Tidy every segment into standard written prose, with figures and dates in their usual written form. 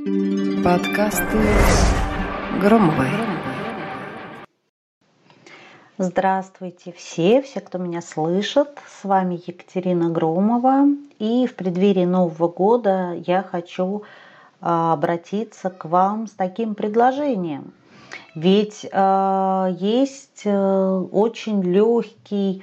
Подкасты Громовой. Здравствуйте все, кто меня слышит. С вами Екатерина Громова. И в преддверии Нового года я хочу обратиться к вам с таким предложением. Ведь есть очень легкий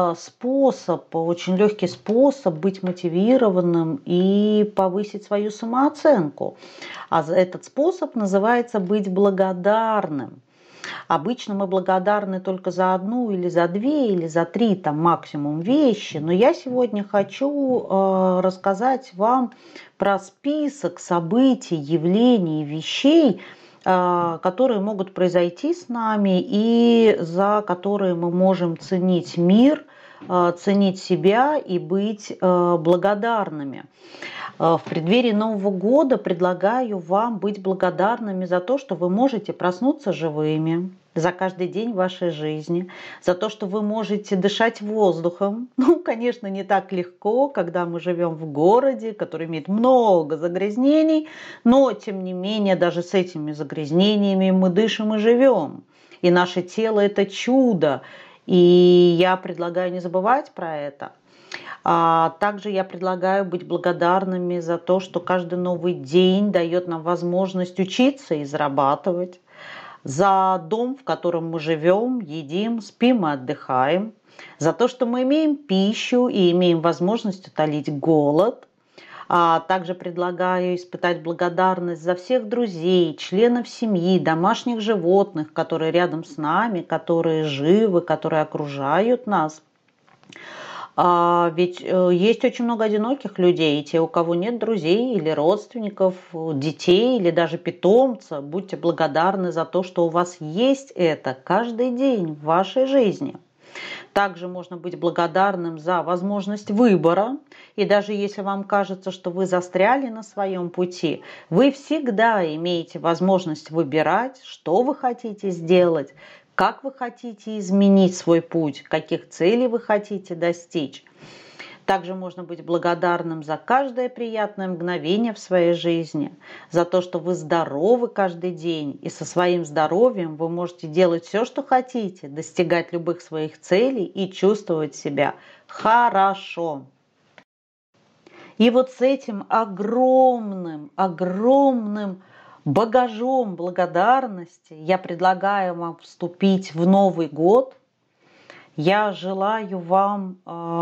способ быть мотивированным и повысить свою самооценку. А этот способ называется быть благодарным. Обычно мы благодарны только за одну или за две, или за три там, максимум вещи, но я сегодня хочу рассказать вам про список событий, явлений, вещей, которые могут произойти с нами и за которые мы можем ценить мир, ценить себя и быть благодарными. В преддверии Нового года предлагаю вам быть благодарными за то, что вы можете проснуться живыми, за каждый день вашей жизни, за то, что вы можете дышать воздухом. Конечно, не так легко, когда мы живем в городе, который имеет много загрязнений, но, тем не менее, даже с этими загрязнениями мы дышим и живем. И наше тело – это чудо. И я предлагаю не забывать про это. Также я предлагаю быть благодарными за то, что каждый новый день дает нам возможность учиться и зарабатывать, за дом, в котором мы живем, едим, спим и отдыхаем, за то, что мы имеем пищу и имеем возможность утолить голод. Также предлагаю испытать благодарность за всех друзей, членов семьи, домашних животных, которые рядом с нами, которые живы, которые окружают нас. Ведь есть очень много одиноких людей, те, у кого нет друзей или родственников, детей или даже питомца. Будьте благодарны за то, что у вас есть это каждый день в вашей жизни. Также можно быть благодарным за возможность выбора. И даже если вам кажется, что вы застряли на своем пути, вы всегда имеете возможность выбирать, что вы хотите сделать, как вы хотите изменить свой путь, каких целей вы хотите достичь. Также можно быть благодарным за каждое приятное мгновение в своей жизни, за то, что вы здоровы каждый день, и со своим здоровьем вы можете делать все, что хотите, достигать любых своих целей и чувствовать себя хорошо. И вот с этим огромным багажом благодарности я предлагаю вам вступить в Новый год. Я желаю вам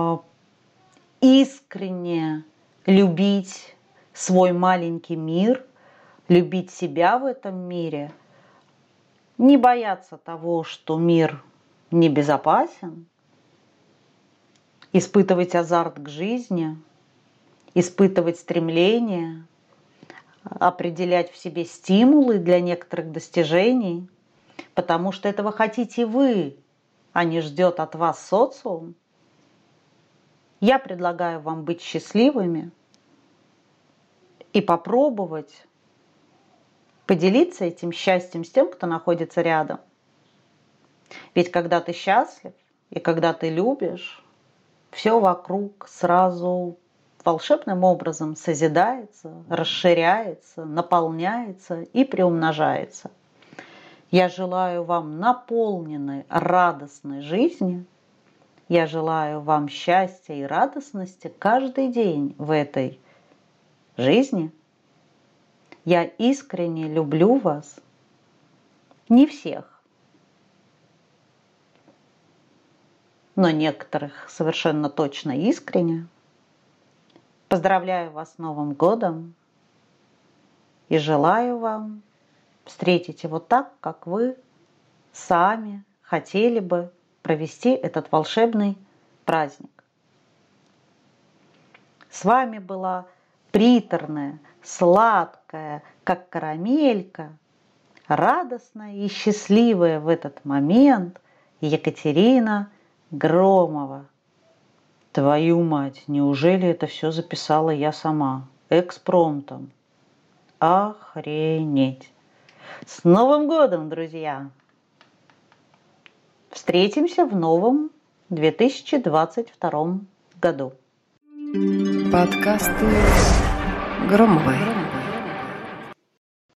искренне любить свой маленький мир, любить себя в этом мире, не бояться того, что мир небезопасен, испытывать азарт к жизни, испытывать стремление, определять в себе стимулы для некоторых достижений, потому что этого хотите вы, а не ждет от вас социум. Я предлагаю вам быть счастливыми и попробовать поделиться этим счастьем с тем, кто находится рядом. Ведь когда ты счастлив и когда ты любишь, все вокруг сразу волшебным образом созидается, расширяется, наполняется и приумножается. Я желаю вам наполненной, радостной жизни. Я желаю вам счастья и радостности каждый день в этой жизни. Я искренне люблю вас. Не всех, но некоторых совершенно точно искренне. Поздравляю вас с Новым годом и желаю вам встретить его так, как вы сами хотели бы провести этот волшебный праздник. С вами была приторная, сладкая, как карамелька, радостная и счастливая в этот момент Екатерина Громова. Твою мать, неужели это все записала я сама? Экспромтом. Охренеть. С Новым годом, друзья! Встретимся в новом 2022 году. Подкасты Громовой.